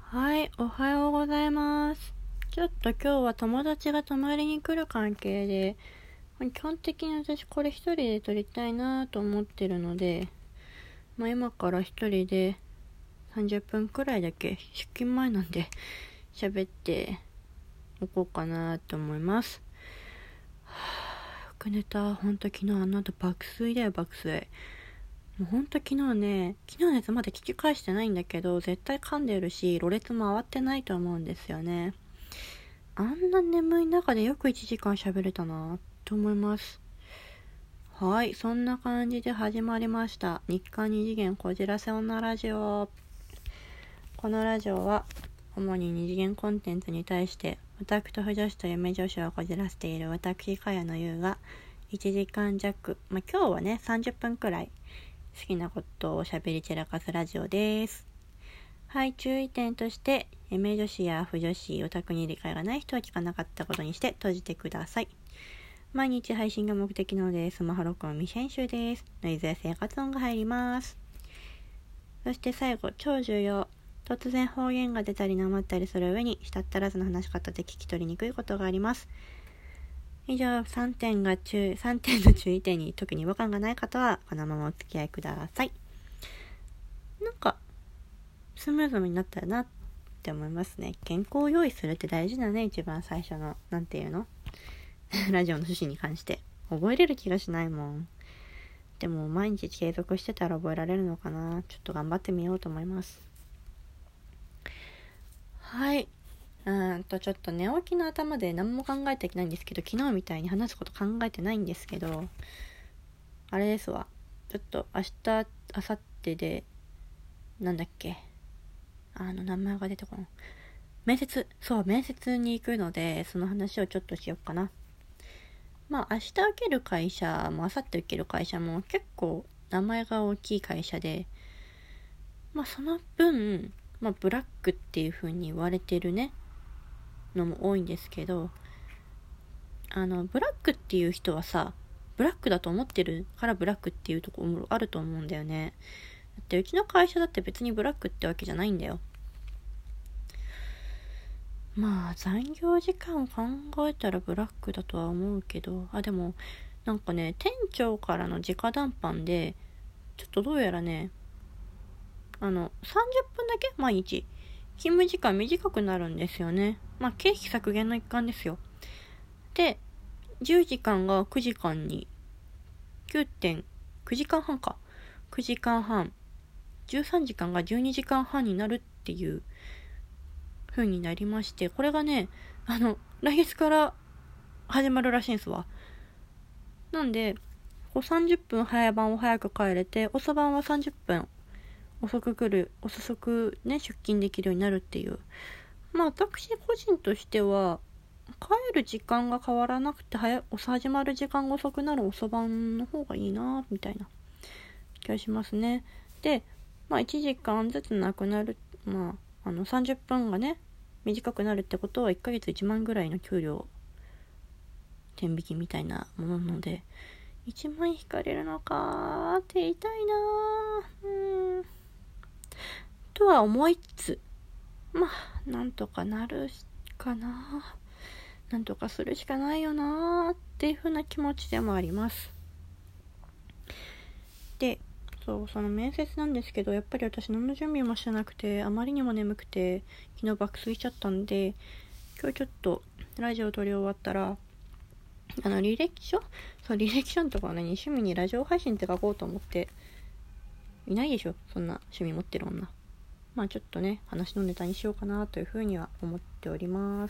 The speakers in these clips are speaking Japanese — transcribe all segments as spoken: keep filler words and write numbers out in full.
はい、おはようございます。ちょっと今日は友達が泊まりに来る関係で、基本的に私これ一人で撮りたいなと思ってるので、まあ、今から一人でさんじゅっぷんくらいだけ出勤前なんで喋っておこうかなと思います。はぁ、よく寝た。ほんと昨日あの後爆睡だよ爆睡。もうほんと昨日ね、昨日のやつまだ聞き返してないんだけど、絶対噛んでるし、ろれつ回ってないと思うんですよね。あんな眠い中でよくいちじかん喋れたなと思います。はい、そんな感じで始まりました。日韓二次元こじらせ女ラジオ。このラジオは、主に二次元コンテンツに対して、オタクと不女子と夢女子をこじらせている私、かやのゆうが、いちじかん弱、まあ、今日はね、さんじゅっぷんくらい、好きなことを喋り散らかすラジオです。はい、注意点として、夢女子や不女子、オタクに理解がない人は聞かなかったことにして閉じてください。毎日配信が目的なので、スマホ録音未編集です。ノイズや生活音が入ります。そして最後、超重要。突然方言が出たりなまったりする上に、舌足らずの話し方で聞き取りにくいことがあります。以上さんてんが注さんてんの注意点に特に違和感がない方はこのままお付き合いください。なんかスムーズになったらなって思いますね。健康を用意するって大事だね。一番最初のなんていうのラジオの趣旨に関して覚えれる気がしないもん。でも毎日継続してたら覚えられるのかな。ちょっと頑張ってみようと思います。はい。うーんとちょっと寝起きの頭で何も考えてないんですけど、昨日みたいに話すこと考えてないんですけど、あれですわ。ちょっと明日明後日でなんだっけあの名前が出てこない。面接そう面接に行くので、その話をちょっとしようかな。まあ明日受ける会社も明後日受ける会社も結構名前が大きい会社で、まあその分、まあブラックっていう風に言われてるねのも多いんですけど、あのブラックっていう人はさ、ブラックだと思ってるからブラックっていうところもあると思うんだよね。だってうちの会社だって別にブラックってわけじゃないんだよ。まあ残業時間を考えたらブラックだとは思うけど、あでもなんかね、店長からの直談判でちょっとどうやらね、あのさんじゅっぷんだけ毎日勤務時間短くなるんですよね。まあ経費削減の一環ですよ。でじゅうじかんがくじかんに きゅうてんきゅうじかんはんかくじかんはん、じゅうさんじかんがじゅうにじかんはんになるっていう風になりまして、これがね、あの来月から始まるらしいんですわ。なんでこうさんじゅっぷん早番を早く帰れて、遅番はさんじゅっぷん遅く来る遅くね出勤できるようになるっていう。まあ私個人としては帰る時間が変わらなくて早始まる時間が遅くなる遅番の方がいいなみたいな気がしますね。でまあいちじかんずつなくなる、まああのさんじゅっぷんがね短くなるってことはいっかげついちまんぐらいの給料天引きみたいなものなので、いちまん引かれるのかって痛いなうんとは思いつつ、まあなんとかなるかな、なんとかするしかないよなっていう風な気持ちでもあります。でそうその面接なんですけど、やっぱり私何の準備もしてなくて、あまりにも眠くて昨日爆睡しちゃったんで、今日ちょっとラジオ撮り終わったらあの履歴書そう履歴書のところね、趣味にラジオ配信って書こうと思って、いないでしょそんな趣味持ってる女。まあちょっとね話のネタにしようかなというふうには思っております。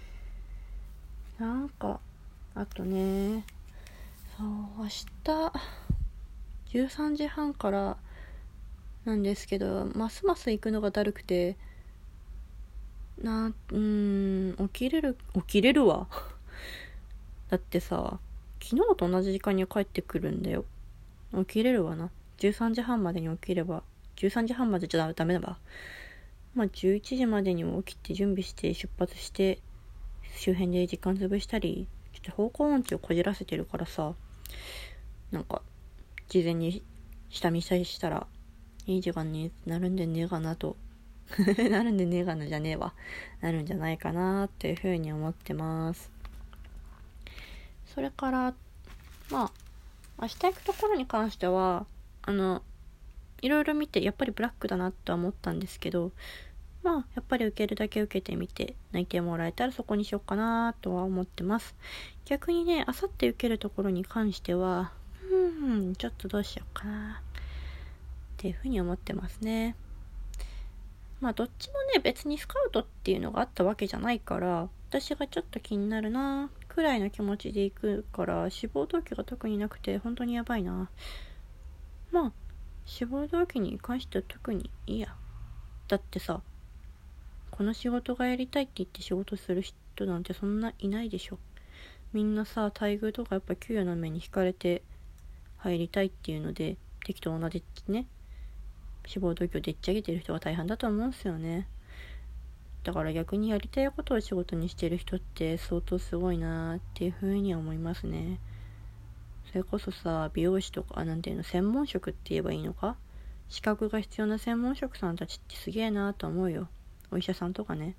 なんかあとね、そう明日じゅうさんじはんからなんですけど、ますます行くのがだるくて、なうーん起きれる起きれるわだってさ昨日と同じ時間に帰ってくるんだよ。起きれるわな。じゅうさんじはんまでに起きれば、じゅうさんじはんまでじゃダメだわ。まあじゅういちじまでにも起きて準備して出発して周辺で時間潰したり、ちょっと方向音痴をこじらせてるからさ、なんか事前に下見したりしたらいい時間になるんでねえかなとなるんでねえがなじゃねえわ。なるんじゃないかなっていうふうに思ってます。それから、まあ、明日行くところに関しては、あの、いろいろ見て、やっぱりブラックだなとは思ったんですけど、まあ、やっぱり受けるだけ受けてみて、内定もらえたらそこにしようかなとは思ってます。逆にね、あさって受けるところに関しては、うーん、ちょっとどうしようかなっていうふうに思ってますね。まあ、どっちもね、別にスカウトっていうのがあったわけじゃないから、私がちょっと気になるなくらいの気持ちで行くから、志望動機が特になくて、本当にやばいな。まあ、志望動機に関しては特にいいや。だってさ、この仕事がやりたいって言って仕事する人なんてそんないないでしょ。みんなさ、待遇とかやっぱ給与の目に惹かれて入りたいっていうので、適当なでっちね、志望動機をでっち上げてる人が大半だと思うんですよね。だから逆にやりたいことを仕事にしてる人って相当すごいなーっていうふうには思いますね。それこそさ、美容師とか、なんていうの、専門職って言えばいいのか、資格が必要な専門職さんたちってすげえなーと思うよ。お医者さんとかね。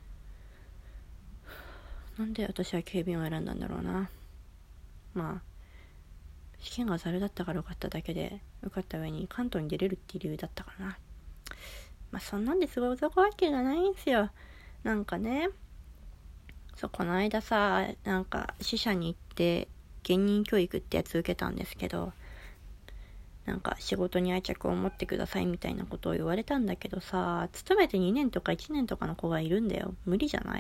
なんで私は警備員を選んだんだろうな。まあ、試験がザルだったから受かっただけで、受かった上に関東に出れるっていう理由だったからな。まあそんなんですごい男わけがないんですよ。なんかね、そう、この間さ、なんか支社に行って芸人教育ってやつ受けたんですけど、なんか仕事に愛着を持ってくださいみたいなことを言われたんだけどさ、勤めてにねんとかいちねんとかの子がいるんだよ。無理じゃない？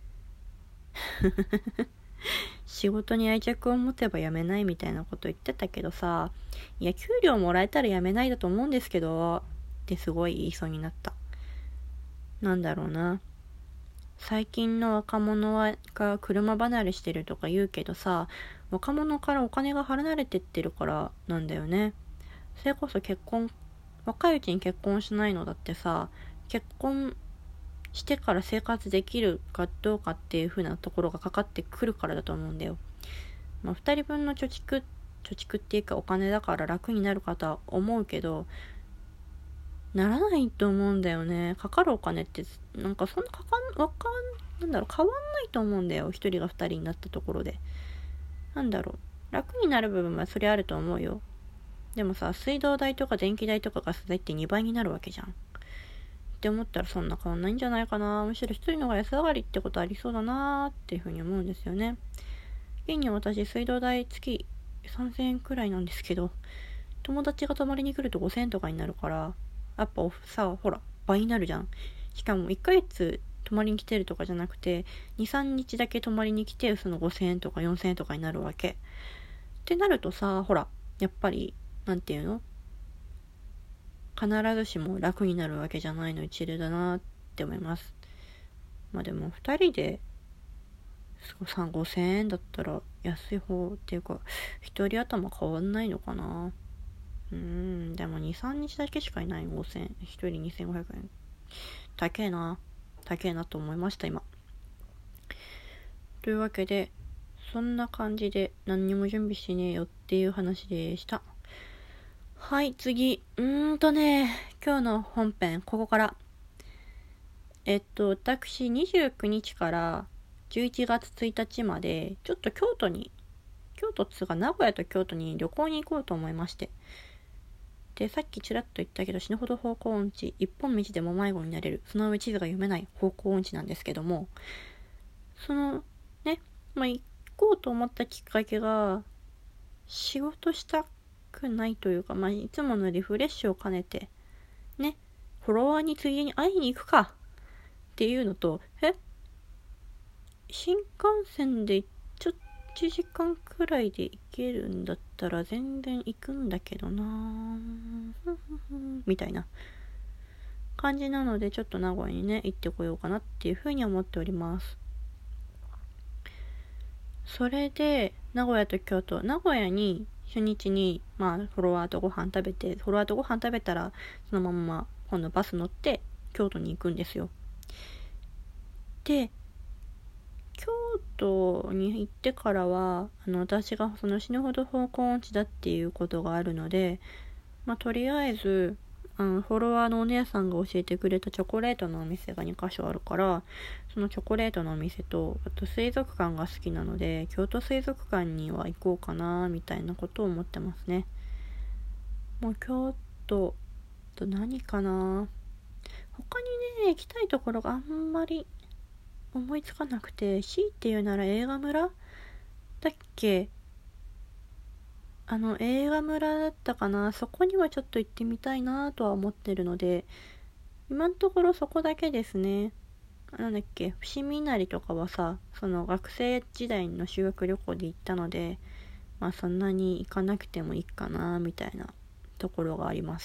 仕事に愛着を持てば辞めないみたいなこと言ってたけどさ、いや給料もらえたら辞めないだと思うんですけどってすごい言いそうになった。なんだろうな、最近の若者はが車離れしてるとか言うけどさ、若者からお金が離れてってるからなんだよね。それこそ結婚、若いうちに結婚しないのだってさ、結婚してから生活できるかどうかっていう風なところがかかってくるからだと思うんだよ。まあ、ふたりぶんの貯蓄、貯蓄っていうかお金だから楽になるかとは思うけど、ならないと思うんだよね。かかるお金ってなんかそんなかかん、わかん、なんだろう、変わんないと思うんだよ。一人が二人になったところで。なんだろう、楽になる部分はそれあると思うよ。でもさ、水道代とか電気代とかガス代ってにばいになるわけじゃん。って思ったらそんな変わんないんじゃないかな。むしろ一人の方が安上がりってことありそうだなーっていうふうに思うんですよね。現に私水道代月さんぜんえんくらいなんですけど、友達が泊まりに来るとごせんえんとかになるから、やっぱさ、ほら倍になるじゃん。しかもいっかげつ泊まりに来てるとかじゃなくて、に、さんにちだけ泊まりに来てそのごせんえんとかよんせんえんとかになるわけってなるとさ、ほらやっぱりなんていうの、必ずしも楽になるわけじゃないの一例だなって思います。まあでもふたりでさん、ごせんえんだったら安い方っていうか、一人頭変わんないのかな。うーん、でもに、さんにちだけしかいないごせんえん、一人にせんごひゃくえん。高えな。高えなと思いました今。というわけで、そんな感じで何にも準備しねえよっていう話でした。はい、次。うーんとね、今日の本編、ここから。えっと、私、にじゅうくにちからじゅういちがつついたちまで、ちょっと京都に、京都っつうか名古屋と京都に旅行に行こうと思いまして。で、さっきちらっと言ったけど、死ぬほど方向音痴、一本道でも迷子になれる、その上地図が読めない方向音痴なんですけども、その、ね、まあ、行こうと思ったきっかけが、仕事したくないというか、まあ、いつものリフレッシュを兼ねて、ね、フォロワーについでに会いに行くかっていうのと、え新幹線でちょっいちじかんくらいで行けるんだったら全然行くんだけどなみたいな感じなので、ちょっと名古屋にね行ってこようかなっていうふうに思っております。それで名古屋と京都、名古屋に初日にまあフォロワーとご飯食べて、フォロワーとご飯食べたらそのまま今度バス乗って京都に行くんですよ。で京都に行ってからはあの私がその死ぬほど方向音痴だっていうことがあるので、まあとりあえずあうん、フォロワーのお姉さんが教えてくれたチョコレートのお店がにかしょあるから、そのチョコレートのお店と、あと水族館が好きなので、京都水族館には行こうかな、みたいなことを思ってますね。もう京都と何かな。他にね、行きたいところがあんまり思いつかなくて、強いて言うなら映画村だっけ、あの映画村だったかな、そこにはちょっと行ってみたいなとは思ってるので、今のところそこだけですね。なんだっけ、伏見稲荷とかはさ、その学生時代の修学旅行で行ったので、まあそんなに行かなくてもいいかなみたいなところがあります。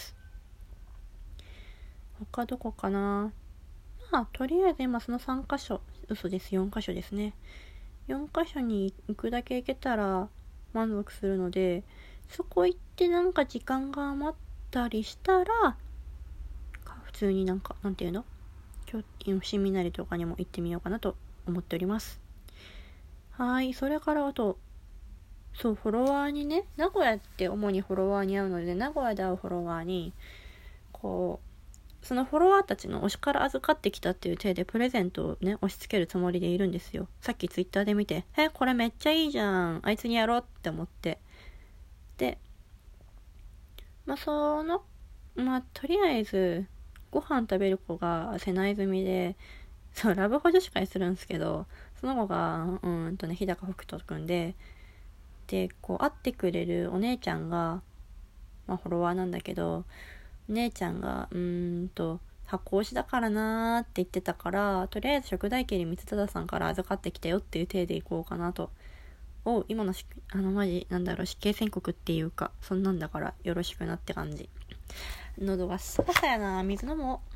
他どこかな。まあとりあえず今そのさんかしょ、嘘です、よんかしょですね。よんかしょに行くだけ行けたら満足するので、そこ行ってなんか時間が余ったりしたら、普通になんか、なんていうの、今日、伏見稲荷とかにも行ってみようかなと思っております。はい、それからあと、そう、フォロワーにね、名古屋って主にフォロワーに会うので、名古屋で会うフォロワーに、こう、そのフォロワーたちの推しから預かってきたっていう体でプレゼントをね、押し付けるつもりでいるんですよ。さっきツイッターで見て、え、これめっちゃいいじゃん。あいつにやろうって思って。で、まあ、その、まあ、とりあえず、ご飯食べる子が瀬内済みで、そう、ラブホ女子会するんですけど、その子が、うーんとね、日高北斗くんで、で、こう、会ってくれるお姉ちゃんが、まあ、フォロワーなんだけど、お姉ちゃんが、うーんと、箱推しだからなーって言ってたから、とりあえず食代家に三忠さんから預かってきたよっていう体で行こうかなと。お、今のし、あの、マジ、なんだろう、死刑宣告っていうか、そんなんだからよろしくなって感じ。喉がサバサやな。水飲も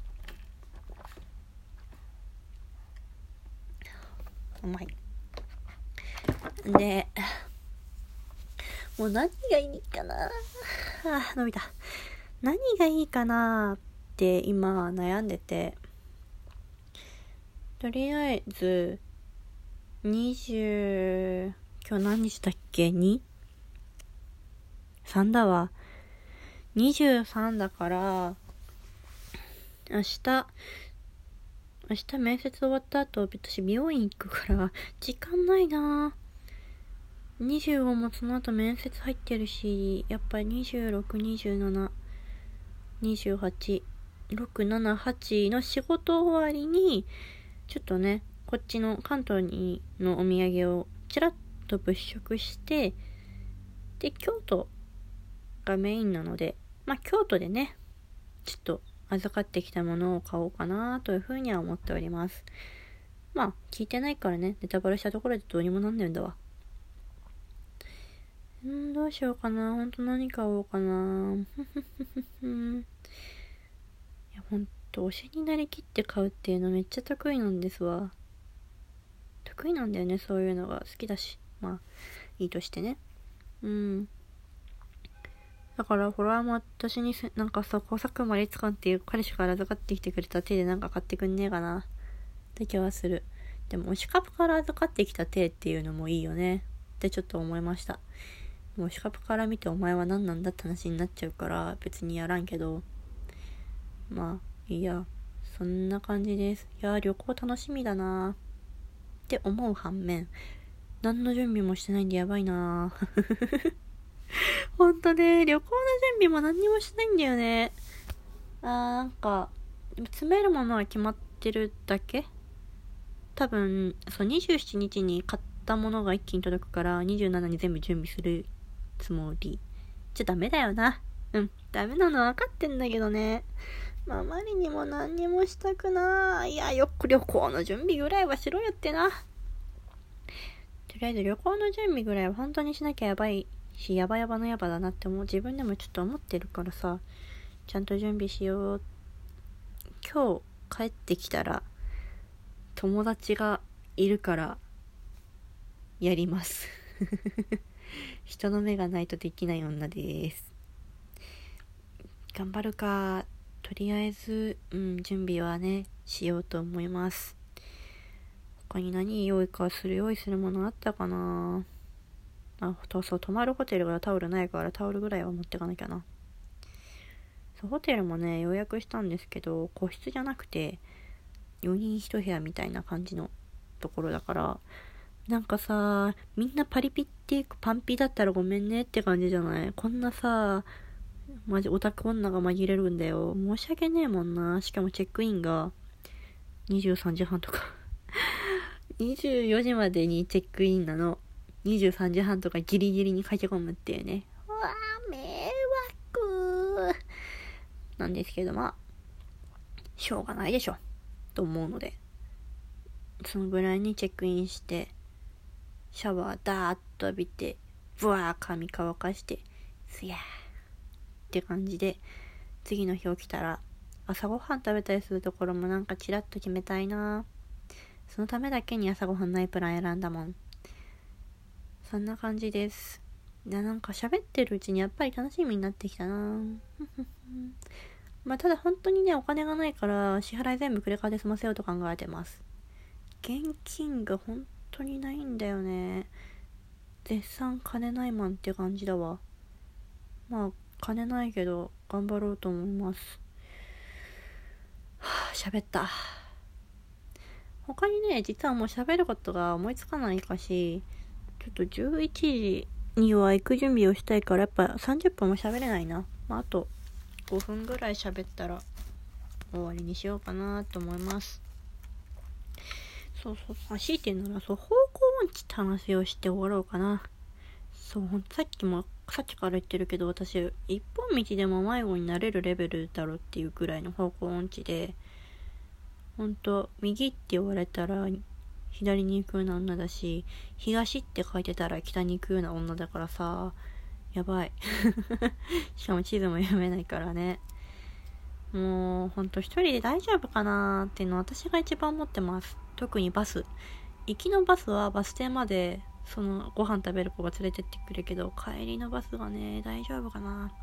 う。うまい。で、もう何がいいかな。あ、伸びた。何がいいかなって今悩んでて、とりあえず、にじゅう、今日何日だっけ ?に?さん だわ。にじゅうさんだから、明日、明日面接終わった後、私美容院行くから、時間ないなぁ。にじゅうごもその後面接入ってるし、やっぱりにじゅうろく、にじゅうなな、にじゅうはち、ろく、なな、はちの仕事終わりに、ちょっとね、こっちの関東にのお土産をちらっと物色して、で、京都がメインなので、まあ京都でね、ちょっと預かってきたものを買おうかなというふうには思っております。まあ聞いてないからね、ネタバレしたところでどうにもなんねんだわ。んーどうしようかな。ほんと何買おうかな。いやほんと推しになりきって買うっていうのめっちゃ得意なんですわ。得意なんだよね、そういうのが好きだし。まあいいとしてね。うん。だからフォロワーも私になんかさ、小作間律感っていう彼氏から預かってきてくれた手でなんか買ってくんねえかなって気はする。でも推しカプから預かってきた手っていうのもいいよねってちょっと思いました。もう推しカプから見てお前は何なんだって話になっちゃうから別にやらんけど、まあいいや、そんな感じです。いや旅行楽しみだなって思う反面、何の準備もしてないんでやばいなほんとね、旅行の準備も何にもしないんだよね。あーなんか詰めるものは決まってるだけ。多分そうにじゅうしちにちに買ったものが一気に届くからにじゅうしちに全部準備するつもり。じゃダメだよな。うんダメなの分かってんだけどね。まあ、あまりにも何にもしたくない。いやよく旅行の準備ぐらいはしろよってな。とりあえず旅行の準備ぐらいは本当にしなきゃやばいし、やばやばのやばだなって思う。自分でもちょっと思ってるからさ、ちゃんと準備しよう。今日帰ってきたら友達がいるからやります人の目がないとできない女です。頑張るか。とりあえず、うん、準備はねしようと思います。他に何用意かする用意するものあったかなあ。そう、泊まるホテルがタオルないからタオルぐらいは持ってかなきゃな。 ホテルもね予約したんですけど、個室じゃなくてよにんいち部屋みたいな感じのところだから、なんかさ、みんなパリピっていうかパンピだったらごめんねって感じじゃない？こんなさ、マジオタク女が紛れるんだよ。申し訳ねえもんな。しかもチェックインがにじゅうさんじはんとかにじゅうよじまでにチェックインなの。にじゅうさんじはんとかギリギリに駆け込むっていうね。うわー、迷惑なんですけど、まあしょうがないでしょと思うので、そのぐらいにチェックインして、シャワーダーッと浴びて、ブワー髪乾かして、すやーって感じで、次の日起きたら朝ごはん食べたりするところもなんかチラッと決めたいな。そのためだけに朝ごはんないプラン選んだもん。そんな感じです。いや、なんか喋ってるうちにやっぱり楽しみになってきたなまあただ本当にね、お金がないから支払い全部クレカで済ませようと考えてます。現金が本当にないんだよね。絶賛金ないマンって感じだわ。まあ金ないけど頑張ろうと思います。はぁ、喋った。他にね、実はもう喋ることが思いつかないかし、ちょっとじゅういちじには行く準備をしたいから、やっぱさんじゅっぷんも喋れないな。まああとごふんぐらい喋ったら終わりにしようかなと思います。そうそう、あ、強いて言うなら、そう、方向音痴って話をして終わろうかな。そう、ほんとさっきも、さっきから言ってるけど、私、一本道でも迷子になれるレベルだろっていうくらいの方向音痴で、ほんと、右って言われたら、左に行くような女だし、東って書いてたら北に行くような女だからさ、やばい。しかも地図も読めないからね。もう、ほんと一人で大丈夫かなーっていうのを私が一番思ってます。特にバス。行きのバスはバス停まで、そのご飯食べる子が連れてってくるけど、帰りのバスがね、大丈夫かな。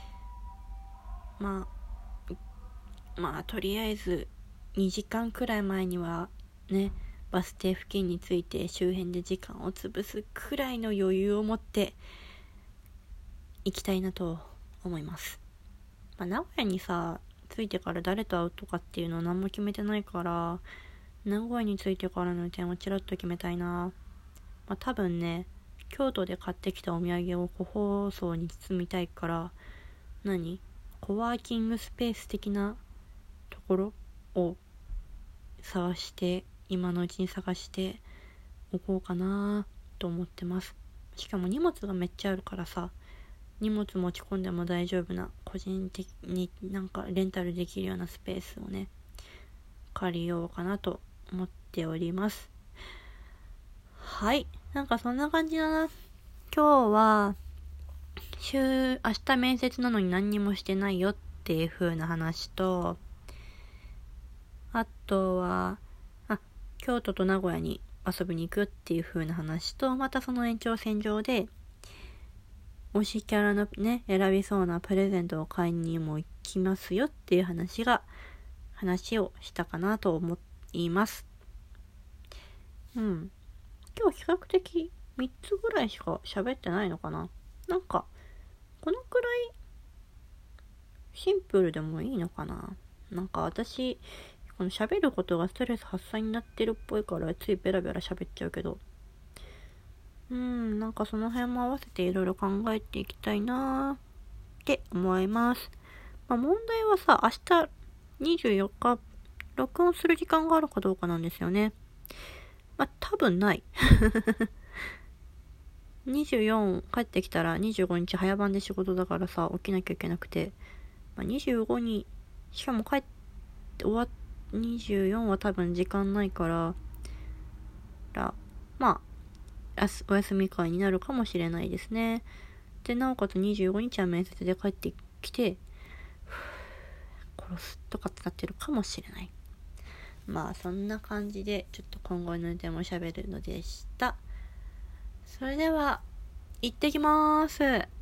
まあ、まあ、とりあえず、にじかんくらい前には、ね、バス停付近について周辺で時間を潰すくらいの余裕を持って、行きたいなと思います。まあ、名古屋にさ、着いてから誰と会うとかっていうのは何も決めてないから、名古屋に着いてからの予定もちらっと決めたいな。まあ多分ね、京都で買ってきたお土産を個包装に包みたいから、何？コワーキングスペース的なところを探して、今のうちに探しておこうかなと思ってます。しかも荷物がめっちゃあるからさ、荷物持ち込んでも大丈夫な、個人的になんかレンタルできるようなスペースをね、借りようかなと思っております。はい。なんかそんな感じだな。今日は、週、明日面接なのに何にもしてないよっていう風な話と、あとは、あ、京都と名古屋に遊びに行くっていう風な話と、またその延長線上で、推しキャラのね、選びそうなプレゼントを買いにも行きますよっていう話が、話をしたかなと思います。うん。今日比較的みっつぐらいしか喋ってないのかな。なんか、このくらいシンプルでもいいのかな。なんか私、この喋ることがストレス発散になってるっぽいからついベラベラ喋っちゃうけど。うーん、なんかその辺も合わせていろいろ考えていきたいなーって思います。まあ問題はさ、明日にじゅうよっか録音する時間があるかどうかなんですよね。まあ多分ない。にじゅうよん帰ってきたらにじゅうごにち早番で仕事だからさ、起きなきゃいけなくて、まあ、にじゅうごにしかも帰って終わっにじゅうよんは多分時間ないからら、まあお休み会になるかもしれないですね。でなおかつにじゅうごにちは面接で帰ってきて殺すとかってなってるかもしれない。まあそんな感じでちょっと今後の予定も喋るのでした。それでは行ってきまーす。